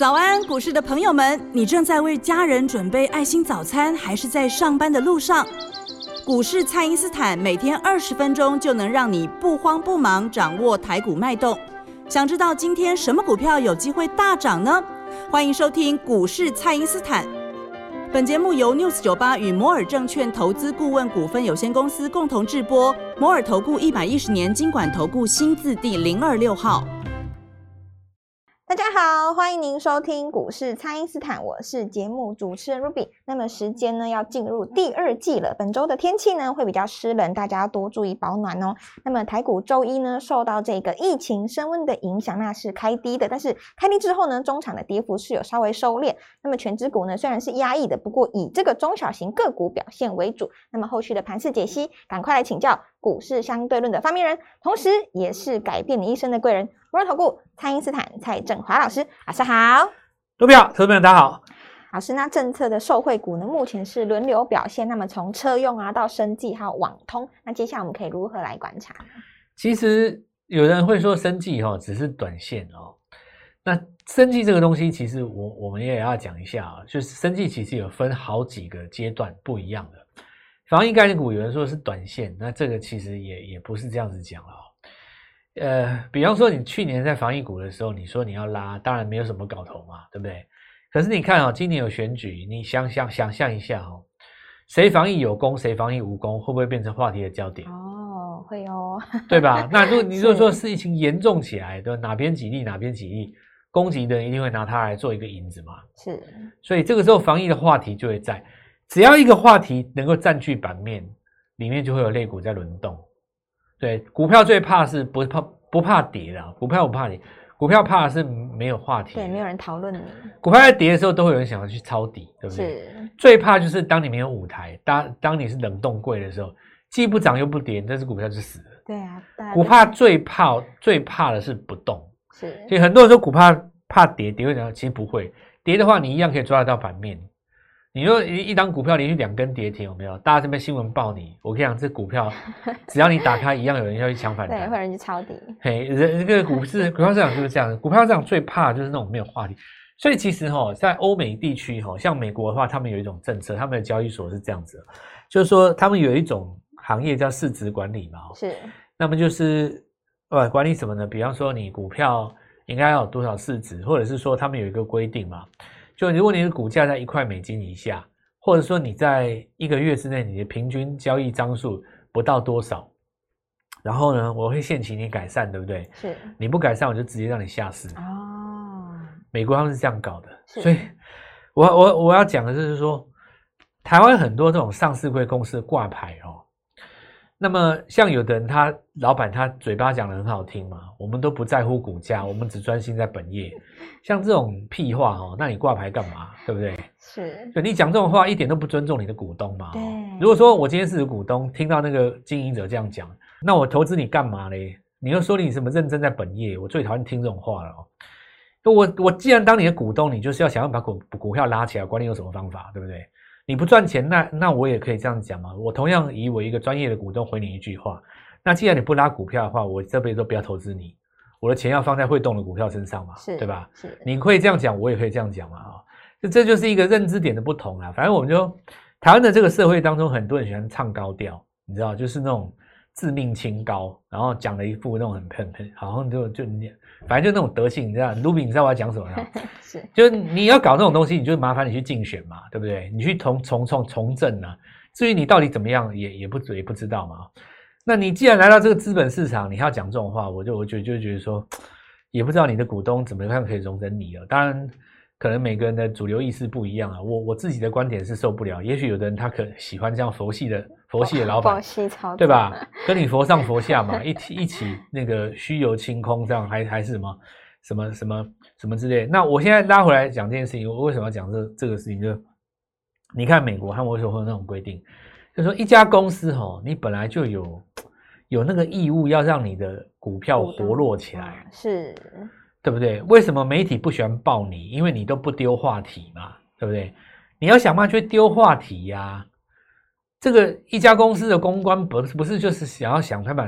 早安，股市的朋友们，你正在为家人准备爱心早餐，还是在上班的路上？股市蔡因斯坦每天20分钟就能让你不慌不忙掌握台股脉动。想知道今天什么股票有机会大涨呢？欢迎收听股市蔡因斯坦。本节目由 News98 与摩尔证券投资顾问股份有限公司共同制播，摩尔投顾110年金管投顾新字第026号。 大家好，欢迎您收听股市蔡因斯坦，我是节目主持人 Ruby。那么时间呢要进入第2季了，本周的天气呢会比较湿冷，大家要多注意保暖哦。那么台股周一呢受到这个疫情升温的影响，那是开低的，但是开低之后呢，中场的跌幅是有稍微收敛。那么全指股呢虽然是压抑的，不过以这个中小型个股表现为主。那么后续的盘势解析，赶快来请教股市相对论的发明人，同时也是改变你一生的贵人。摩尔投顾蔡因斯坦蔡正华老师，老师好。 投票大家好。 老师，那政策的受惠股呢，目前是轮流表现。那么从车用啊到生技还有网通，那接下来我们可以如何来观察呢？ 其实有人会说生技只是短线那生技这个东西，其实我们也要讲一下就是生技其实有分好几个阶段不一样的。防疫概念股有人说是短线，那这个其实也不是这样子讲了比方说你去年在防疫股的时候，你说你要拉，当然没有什么搞头嘛，对不对？可是你看今年有选举，你想象一下谁防疫有功，谁防疫无功，会不会变成话题的焦点？ 会哦， 对吧？那如果说事情严重起来，对，哪边几例，攻击的人一定会拿它来做一个引子嘛。 是， 所以这个时候防疫的话题就会在，只要一个话题能够占据版面，里面就会有类股在轮动。对，股票最怕是不怕跌的，股票不怕跌，股票怕的是没有话题， 对，没有人讨论你。 股票在跌的时候，都会有人想要去抄底，对不对？ 是， 最怕就是当你没有舞台，当你是冷冻柜的时候，既不涨又不跌，这只股票就死了。 对啊， 股票最怕的是不动。 是， 所以很多人说股票怕跌会怎样？其实不会，跌的话你一样可以抓得到版面。你说一档股票连续2根跌停，有没有？大家这边新闻报你，我跟你讲，这股票只要你打开，一样有人要去抢反弹， 对，会有人去抄底。 嘿，这个股票市场就是这样，股票市场最怕的就是那种没有话题。所以其实在欧美地区像美国的话，他们有一种政策，他们的交易所是这样子的，就是说他们有一种行业叫市值管理嘛， 是， 那么就是管理什么呢？比方说你股票应该要有多少市值，或者是说他们有一个规定嘛。就如果你的股价在$1以下，或者说你在1个月之内你的平均交易张数不到多少，然后呢我会限期你改善，对不对？ 是， 你不改善我就直接让你下市。美国他们是这样搞的，所以我要讲的就是说，台湾很多这种上市柜公司的挂牌那么像有的人老板他嘴巴讲得很好听嘛，我们都不在乎股价，我们只专心在本业。像这种屁话那你挂牌干嘛？对不对？ 是， 就你讲这种话一点都不尊重你的股东嘛。 对。 如果说我今天是股东，听到那个经营者这样讲，那我投资你干嘛嘞？你又说你什么认真在本业，我最讨厌听这种话了我既然当你的股东，你就是要想要把股票拉起来，管你有什么方法，对不对？你不赚钱，那我也可以这样讲嘛。我同样以我一个专业的股东回你一句话，那既然你不拉股票的话，我这辈子都不要投资你，我的钱要放在会动的股票身上嘛，对吧？是，你可以这样讲，我也可以这样讲嘛这就是一个认知点的不同啦。反正我们就台湾的这个社会当中，很多人喜欢唱高调，你知道，就是那种自命清高，然后讲了一副那种很好像就反正就那种德性，你知道 Ruby 你知道我要讲什么吗？ 是， 就是你要搞这种东西，你就麻烦你去竞选嘛，对不对？你去从政啊，至于你到底怎么样也不知道嘛。那你既然来到这个资本市场，你还要讲这种话，我就觉得说，也不知道你的股东怎么样可以容忍你了。当然可能每个人的主流意识不一样啊，我自己的观点是受不了，也许有的人他可喜欢这样佛系的老板，对吧？跟你佛上佛下嘛，一起那个虚有清空这样，还是什么之类的。那我现在拉回来讲这件事情，我为什么要讲这个事情？就你看美国他们为什么会有那种规定，就是说一家公司你本来就有那个义务要让你的股票活络起来， 是， 对不对？为什么媒体不喜欢报你？因为你都不丢话题嘛，对不对？你要想办法去丢话题呀。这个一家公司的公关不是就是想办法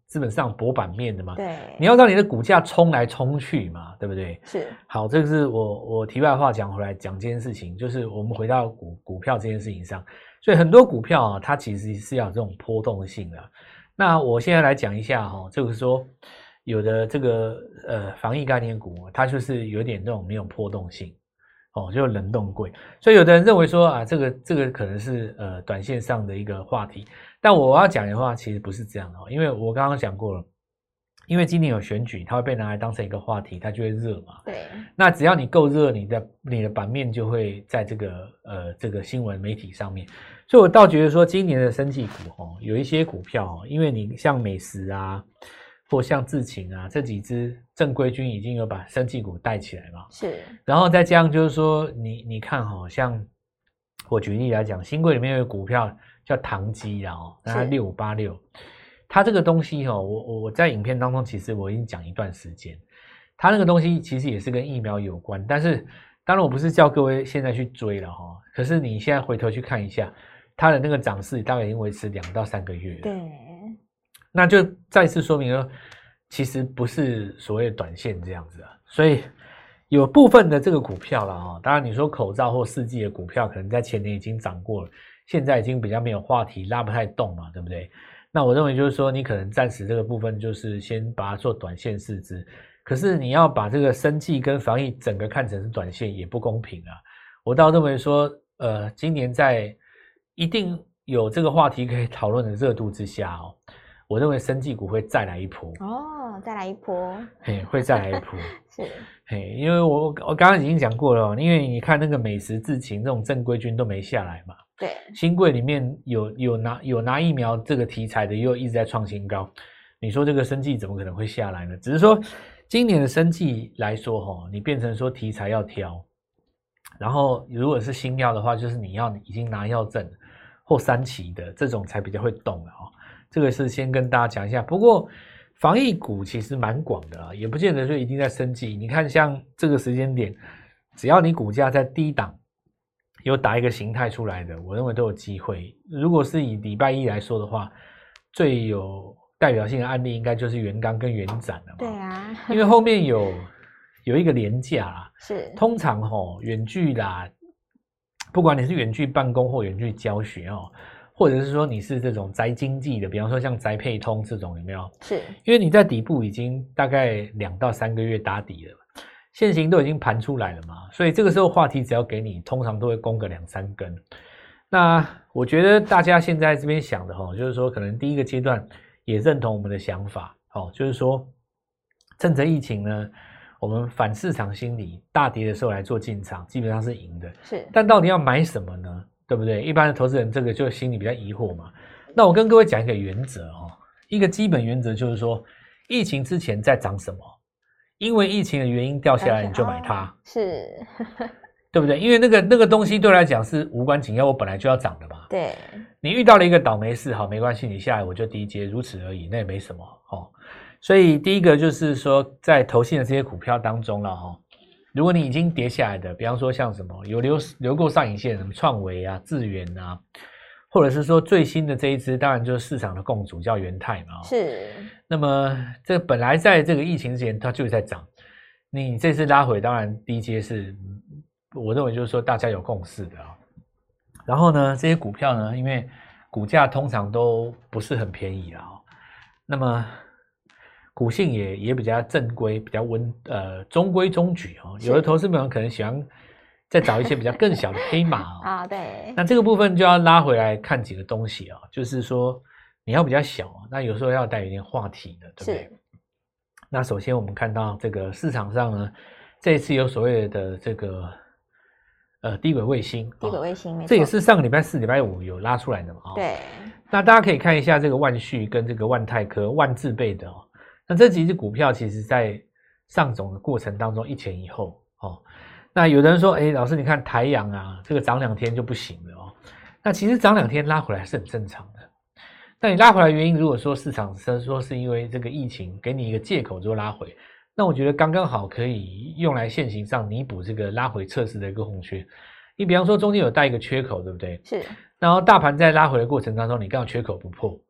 资本市场博版面的嘛， 对， 你要让你的股价冲来冲去嘛，对不对？ 是， 好，这个是我题外话讲回来讲这件事情，就是我们回到股票这件事情上，所以很多股票啊，它其实是要有这种波动性的。那我现在来讲一下就是说有的这个防疫概念股，它就是有点这种没有波动性。就冷冻柜，所以有的人认为说啊，这个可能是短线上的一个话题，但我要讲的话其实不是这样的，因为我刚刚讲过了，因为今年有选举，它会被拿来当成一个话题，它就会热嘛。 对， 那只要你够热，你的版面就会在这个新闻媒体上面，所以我倒觉得说，今年的生技股有一些股票因为你像美食啊，或像智勤啊这几只正规军已经有把生技股带起来嘛， 是， 然后再这样就是说你看像我举例来讲，新贵里面有个股票叫唐基啦那它6586，它这个东西我在影片当中其实我已经讲一段时间，它那个东西其实也是跟疫苗有关，但是当然我不是叫各位现在去追了可是你现在回头去看一下，它的那个涨势大概已经维持2到3个月了， 对。 那就再次说明了，其实不是所谓的短线这样子所以有部分的这个股票啦当然你说口罩或4G的股票可能在前年已经涨过了，现在已经比较没有话题，拉不太动嘛，对不对？那我认为就是说你可能暂时这个部分就是先把它做短线视之，可是你要把这个生技跟防疫整个看成是短线也不公平我倒认为说今年在一定有这个话题可以讨论的热度之下我认为生技股会再来一波再来一波， 会再来一波是， 因为我刚刚已经讲过了因为你看那个美食智勤这种正规军都没下来嘛， 对， 新贵里面有拿疫苗这个题材的又一直在创新高，你说这个生技怎么可能会下来呢？只是说今年的生技来说你变成说题材要挑，然后如果是新药的话，就是你要已经拿药证或3期的这种才比较会动的这个是先跟大家讲一下。不过防疫股其实蛮广的也不见得就一定在生技。你看像这个时间点，只要你股价在低档有打一个形态出来的，我认为都有机会。如果是以礼拜一来说的话，最有代表性的案例应该就是元刚跟元展了嘛。 对啊， 因为后面有一个连假啦， 是通常远距啦，不管你是远距办公或远距教学或者是说你是这种宅经济的，比方说像宅配通这种，有没有？ 是， 因为你在底部已经大概2到3个月打底了，现行都已经盘出来了嘛，所以这个时候话题只要给你，通常都会攻个2、3根。那我觉得大家现在这边想的就是说可能第一个阶段也认同我们的想法就是说趁着疫情呢，我们反市场心理，大跌的时候来做进场，基本上是赢的。 是， 但到底要买什么呢？对不对？一般的投资人这个就心里比较疑惑嘛。那我跟各位讲一个原则一个基本原则就是说，疫情之前在涨什么，因为疫情的原因掉下来你就买它， 是， 对不对？因为那个东西对我来讲是无关紧要，我本来就要涨的嘛。 对， 你遇到了一个倒霉事，好，没关系，你下来我就低接，如此而已，那也没什么所以第一个就是说，在投信的这些股票当中了如果你已经跌下来的，比方说像什么有留过上影线，什么创维啊、智原啊，或者是说最新的这一支，当然就是市场的共主叫元泰嘛。 是。 那么这本来在这个疫情之前它就在涨，你这次拉回，当然低阶是我认为就是说大家有共识的然后呢，这些股票呢，因为股价通常都不是很便宜那么股性也比较正规，比较中规中矩有的投资朋友可能喜欢再找一些比较更小的黑马对。 那这个部分就要拉回来看几个东西就是说你要比较小那有时候要带一点话题的，对不对？那首先我们看到这个市场上呢，这一次有所谓的这个低轨卫星， 低轨卫星没错， 这也是上个礼拜4、礼拜5有拉出来的嘛对。 那大家可以看一下这个万旭跟这个万泰科、万智备的那这几只股票其实在上涨的过程当中一前一后那有的人说老师你看台阳啊，这个涨2天就不行了那其实涨2天拉回来是很正常的。那你拉回来的原因，如果说市场说是因为这个疫情给你一个借口做拉回，那我觉得刚刚好可以用来现行上弥补这个拉回测试的一个空缺。你比方说中间有带一个缺口，对不对？ 是。 然后大盘在拉回的过程当中，你刚好缺口不破，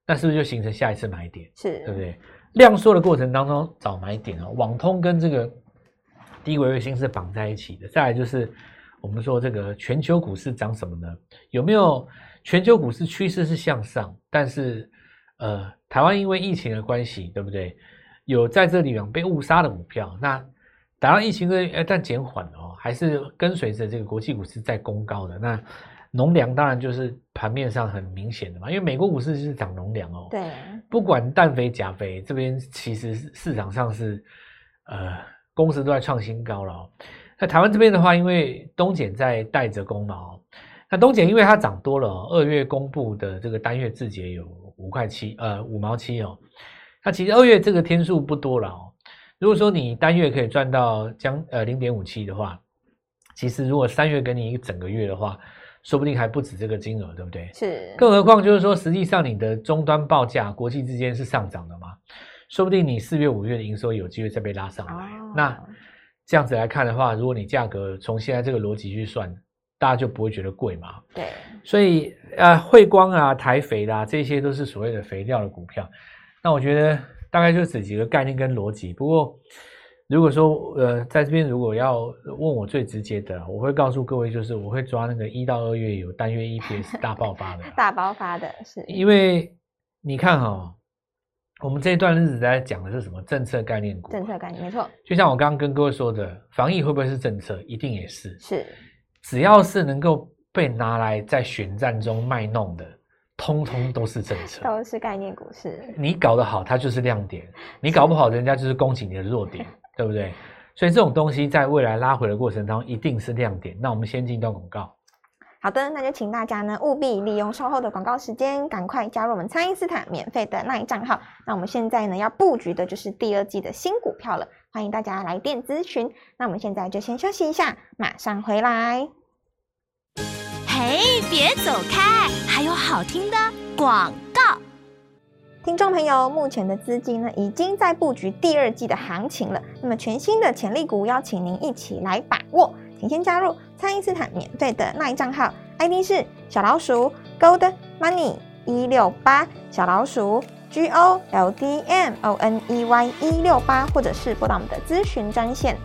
那是不是就形成下一次买点？ 是， 对不对？量缩的过程当中找买点哦，网通跟这个低轨卫星是绑在一起的。再来就是我们说这个全球股市涨什么呢？有没有全球股市趋势是向上，但是台湾因为疫情的关系，对不对？有在这里面被误杀的股票，那打到疫情但减缓了哦，还是跟随着这个国际股市在攻高的。那农粮当然就是盘面上很明显的嘛，因为美国股市是涨农粮哦， 对， 不管氮肥钾肥，这边其实市场上是公司都在创新高了哦。那台湾这边的话，因为东碱在带着功嘛哦，那东碱因为它涨多了哦，2月公布的这个单月自结有5毛7哦，那其实2月这个天数不多了哦。如果说你单月可以赚到0.57的话，其实如果3月给你一整个月的话，说不定还不止这个金额，对不对？ 是， 更何况就是说，实际上你的终端报价国际之间是上涨的嘛，说不定你4月、5月的营收有机会再被拉上来。 哦， 那这样子来看的话，如果你价格从现在这个逻辑去算，大家就不会觉得贵嘛。 对， 所以汇光啊、台肥啦，这些都是所谓的肥料的股票。那我觉得大概就这几个概念跟逻辑。不过如果说在这边如果要问我最直接的，我会告诉各位，就是我会抓那个1到2月有单月 EPS 大爆发的， 大爆发的是， 因为你看我们这一段日子在讲的是什么政策概念股？ 政策概念没错， 就像我刚刚跟各位说的，防疫会不会是政策？一定也是。 是， 只要是能够被拿来在选战中卖弄的，通通都是政策， 都是概念股是。 你搞得好，它就是亮点；你搞不好，人家就是攻击你的弱点，对不对？所以这种东西在未来拉回的过程当中，一定是亮点。那我们先进到广告。 好的，那就请大家呢务必利用稍后的广告时间，赶快加入我们蔡因斯坦免费的 LINE 账号。那我们现在呢要布局的就是第2季的新股票了，欢迎大家来电咨询。那我们现在就先休息一下，马上回来。 嘿，别走开，还有好听的广告。 听众朋友，目前的资金呢已经在布局第2季的行情了，那么全新的潜力股邀请您一起来把握，请先加入蔡因斯坦免费的 LINE 账号 ，ID 是小老鼠 Gold Money 168，小老鼠 GOLDMONEY 168，或者是拨打我们的咨询专线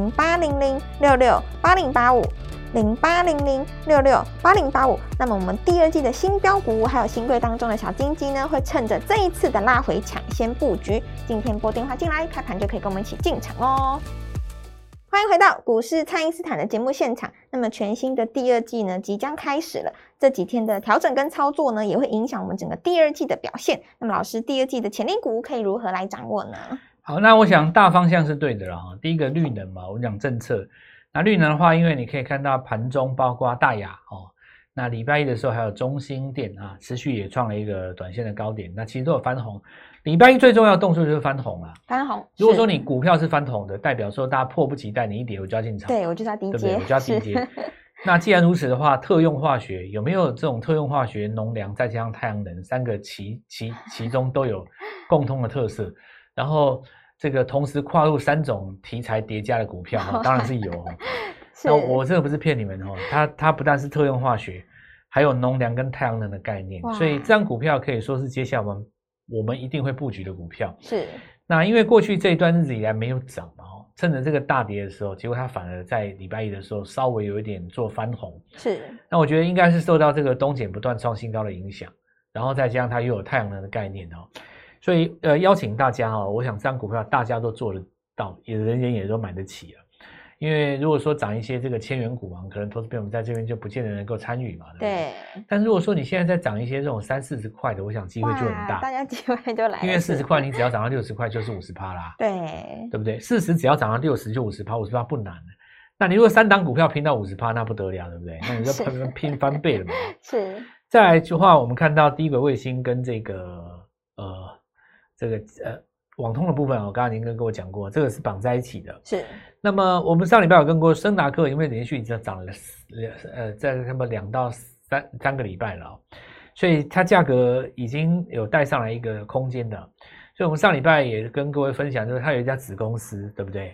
0800668085。0800668085。那么我们第2季的新标股还有新贵当中的小金鸡呢，会趁着这一次的拉回抢先布局。今天拨电话进来，开盘就可以跟我们一起进场哦。欢迎回到股市蔡因斯坦的节目现场。那么全新的第2季呢即将开始了，这几天的调整跟操作呢，也会影响我们整个第2季的表现。那么老师，第2季的潜力股可以如何来掌握呢？ 好，那我想大方向是对的啦。第一个绿能嘛，我们讲政策。那绿能的话，因为你可以看到盘中包括大亚那礼拜一的时候还有中兴电持续也创了一个短线的高点，那其实都有翻红。礼拜一最重要的动作就是翻红啦， 翻红。 如果说你股票是翻红的，代表说大家迫不及待，你一跌我就要进场， 对，我就是要低接， 对不对？我就要低接。那既然如此的话，特用化学有没有这种特用化学、农粮再加上太阳能3个其中都有共通的特色，然后这个同时跨入3种题材叠加的股票当然是有那我这个不是骗你们它不但是特用化学，还有农粮跟太阳能的概念，所以这张股票可以说是接下来我们一定会布局的股票。 是。 那因为过去这一段日子以来没有涨嘛趁着这个大跌的时候，结果它反而在礼拜一的时候稍微有一点做翻红。 是。 那我觉得应该是受到这个东碱不断创新高的影响，然后再加上它又有太阳能的概念所以邀请大家我想这张股票大家都做得到，人也都买得起了。因为如果说涨一些这个千元股可能投资朋友们在这边就不见得能够参与嘛，对不对？但如果说你现在在涨一些这种30-40块的，我想机会就很大， 大家机会就来了。 因为40块你只要涨到60块就是50%啦， 对不对？40只要涨到60就50%，50%不难了。那你如果3档股票拼到50%，那不得了，对不对？那你就拼翻倍了嘛。 是。 再来的话，我们看到低轨卫星跟这个网通的部分刚刚您跟各位讲过，这个是绑在一起的。是。那么我们上礼拜有跟过升达科，因为连续已经涨了在他们2到3个礼拜了所以它价格已经有带上来一个空间的。所以我们上礼拜也跟各位分享，就是它有一家子公司，对不对？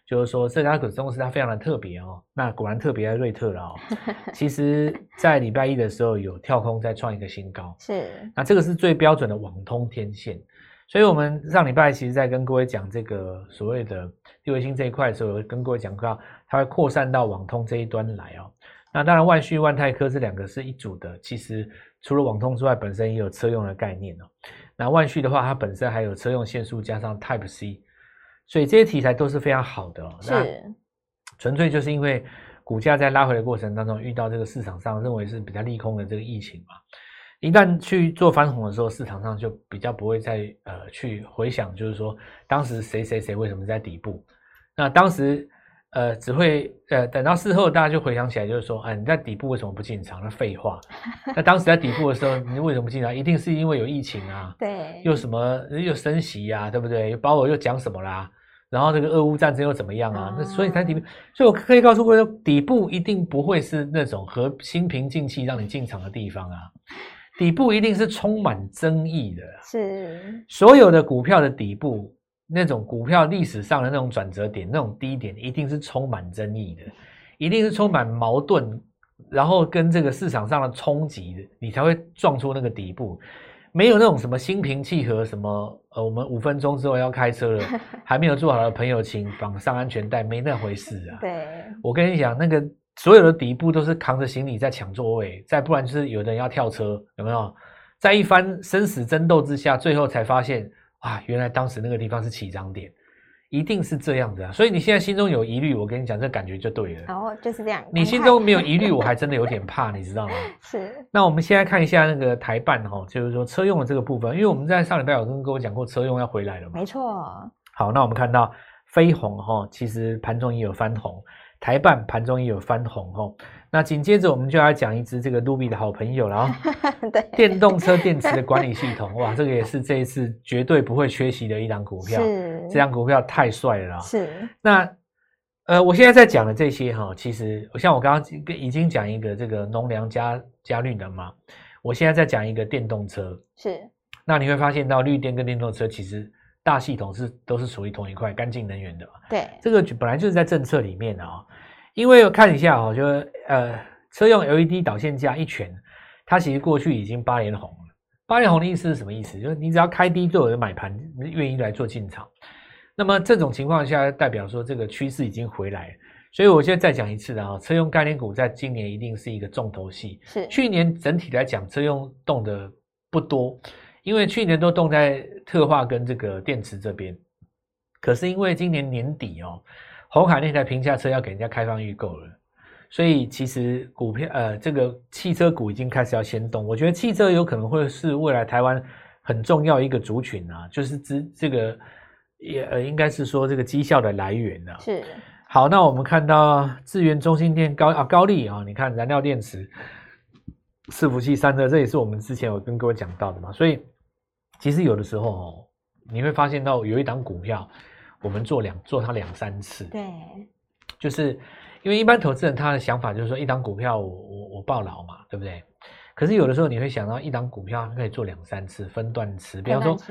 就是说这家子公司它非常的特别哦，那果然特别在瑞特了哦。其实在礼拜一的时候有跳空再创一个新高， 是， 那这个是最标准的网通天线。所以我们上礼拜其实在跟各位讲这个所谓的地卫星这一块的时候，有跟各位讲到它会扩散到网通这一端来哦。那当然万旭、万泰科这两个是一组的，其实除了网通之外，本身也有车用的概念哦。那万旭的话，它本身还有车用线束加上 Type C， 所以这些题材都是非常好的哦。 是， 纯粹就是因为股价在拉回的过程当中遇到这个市场上认为是比较利空的这个疫情嘛。一旦去做翻红的时候，市场上就比较不会再去回想，就是说当时谁为什么在底部。那当时只会等到事后大家就回想起来，就是说你在底部为什么不进场？那废话。那当时在底部的时候，你为什么不进场？一定是因为有疫情啊， 对， 又什么又升息啊，对不对？鲍尔又讲什么啦？然后这个俄乌战争又怎么样啊？那所以才底部，所以我可以告诉各位说，底部一定不会是那种和心平静气让你进场的地方啊。底部一定是充满争议的， 是所有的股票的底部，那种股票历史上的那种转折点、那种低点，一定是充满争议的，一定是充满矛盾，然后跟这个市场上的冲击的，你才会撞出那个底部。没有那种什么心平气和，什么我们5分钟之后要开车了，还没有做好的朋友请绑上安全带，没那回事啊。 对， 我跟你讲，那个所有的底部都是扛着行李在抢座位，再不然就是有人要跳车，有没有？在一番生死争斗之下，最后才发现啊，原来当时那个地方是起涨点，一定是这样子啊。所以你现在心中有疑虑，我跟你讲，这感觉就对了。 哦，就是这样。 你心中没有疑虑，我还真的有点怕，你知道吗？ 是。 那我们现在看一下那个台半哈，就是说车用的这个部分，因为我们在上礼拜有跟各位讲过，车用要回来了嘛。 没错。 好，那我们看到飞鸿哈，其实盘中也有翻红。台半盘中也有翻红哦，那紧接着我们就来讲一支这个 Ruby 的好朋友了哦， 对， 电动车电池的管理系统，哇，这个也是这一次绝对不会缺席的一档股票， 是， 这档股票太帅了， 是。 那我现在在讲的这些哈，其实像我刚刚已经讲一个这个农粮加绿能嘛，我现在在讲一个电动车， 是， 那你会发现到绿电跟电动车其实大系统都是属于同一块干净能源的嘛， 对， 这个本来就是在政策里面的哦。因为我看一下哦，就是车用 LED 导线架一拳，它其实过去已经8连红了。8连红的意思是什么意思？就是你只要开低就有人买盘，愿意来做进场。那么这种情况下，代表说这个趋势已经回来了。所以我现在再讲一次啊，车用概念股在今年一定是一个重头戏。 是，去年整体来讲，车用动的不多，因为去年都动在特化跟这个电池这边。可是因为今年年底哦。鸿海那台平价车要给人家开放预购了，所以其实股票这个汽车股已经开始要先动。我觉得汽车有可能会是未来台湾很重要一个族群啊，就是这个也应该是说这个绩效的来源啊。 是。 好，那我们看到智原、中兴电、高力啊，你看燃料电池、伺服器散热，这也是我们之前有跟各位讲到的嘛。所以其实有的时候哦，你会发现到有一档股票。我们做它2-3次， 对， 就是因为一般投资人他的想法就是说，一档股票我抱牢嘛，对不对？可是有的时候你会想到，一档股票可以做2-3次分段吃，比方说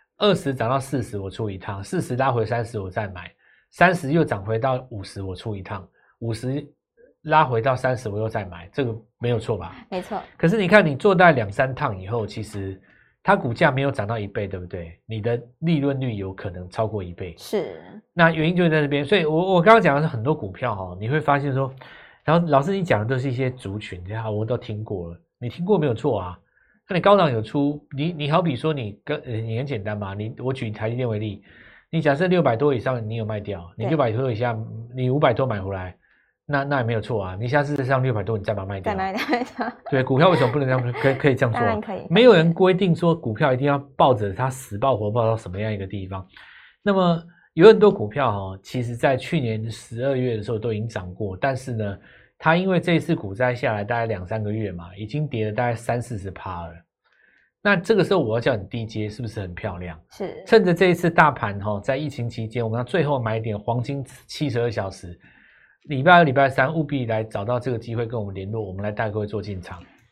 20涨到40我出一趟，40拉回30我再买，30又涨回到50我出一趟，50拉回到30我又再买，这个没有错吧？ 没错。 可是你看你做大概2-3趟以后，其实它股价没有涨到1倍，对不对？你的利润率有可能超过1倍， 是。 那原因就在这边，所以我刚刚讲的是很多股票哦，你会发现说，然后老师你讲的都是一些族群，我都听过了，你听过没有错啊？那你高档有出，你好比说你很简单嘛，我举台积电为例，你假设600多以上你有卖掉，你600多以下，你500多买回来。那也没有错啊！你下次上600多，你再把它卖掉。再卖掉。对，股票为什么不能这样？可以这样做、啊？ 当然可以。 没有人规定说股票一定要抱着它死抱活抱到什么样一个地方。那么有很多股票哈，其实在去年12月的时候都已经涨过，但是呢，它因为这一次股灾下来大概2-3个月嘛，已经跌了大概30-40%了。那这个时候我要叫你低接，是不是很漂亮？ 是。趁着这一次大盘哈，在疫情期间，我们要最后买点黄金72小时。礼拜2、礼拜3务必来找到这个机会跟我们联络，我们来带各位做进场。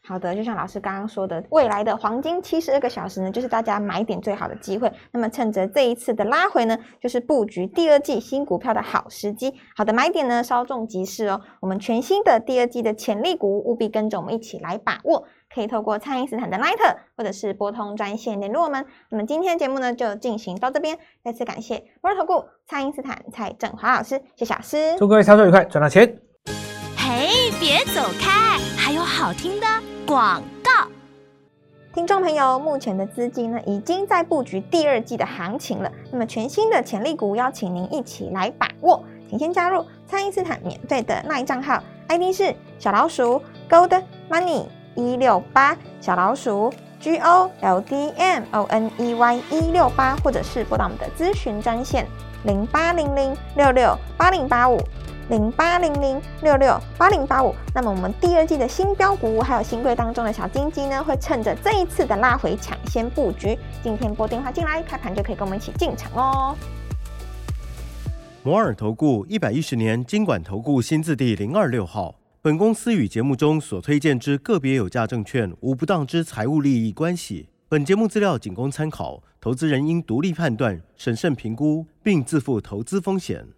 好的，就像老师刚刚说的，未来的黄金72个小时呢，就是大家买点最好的机会。那么趁着这一次的拉回呢，就是布局第二季新股票的好时机。好的买点呢，稍纵即逝哦。我们全新的第二季的潜力股，务必跟着我们一起来把握。可以透过蔡因斯坦的 LINE 或者是拨通专线联络我们。那么今天的节目呢，就进行到这边。再次感谢摩尔投顾蔡因斯坦蔡正华老师，谢谢老师。 祝各位操作愉快，赚到钱。 嘿，别走开，还有好听的广告。 听众朋友，目前的资金呢，已经在布局第二季的行情了。那么全新的潜力股，邀请您一起来把握。请先加入蔡因斯坦免费的 LINE 账号 ，ID 是小老鼠 Gold Money 168，小老鼠 GOLDMONEY 168，或者是拨打我们的咨询专线0800668085。0800668085。那么我们第二季的新标股还有新贵当中的小金鸡呢，会趁着这一次的拉回抢先布局。今天拨电话进来，开盘就可以跟我们一起进场哦。 摩尔投顾110年金管投顾新字第026号。本公司与节目中所推荐之个别有价证券无不当之财务利益关系。本节目资料仅供参考，投资人应独立判断、审慎评估，并自负投资风险。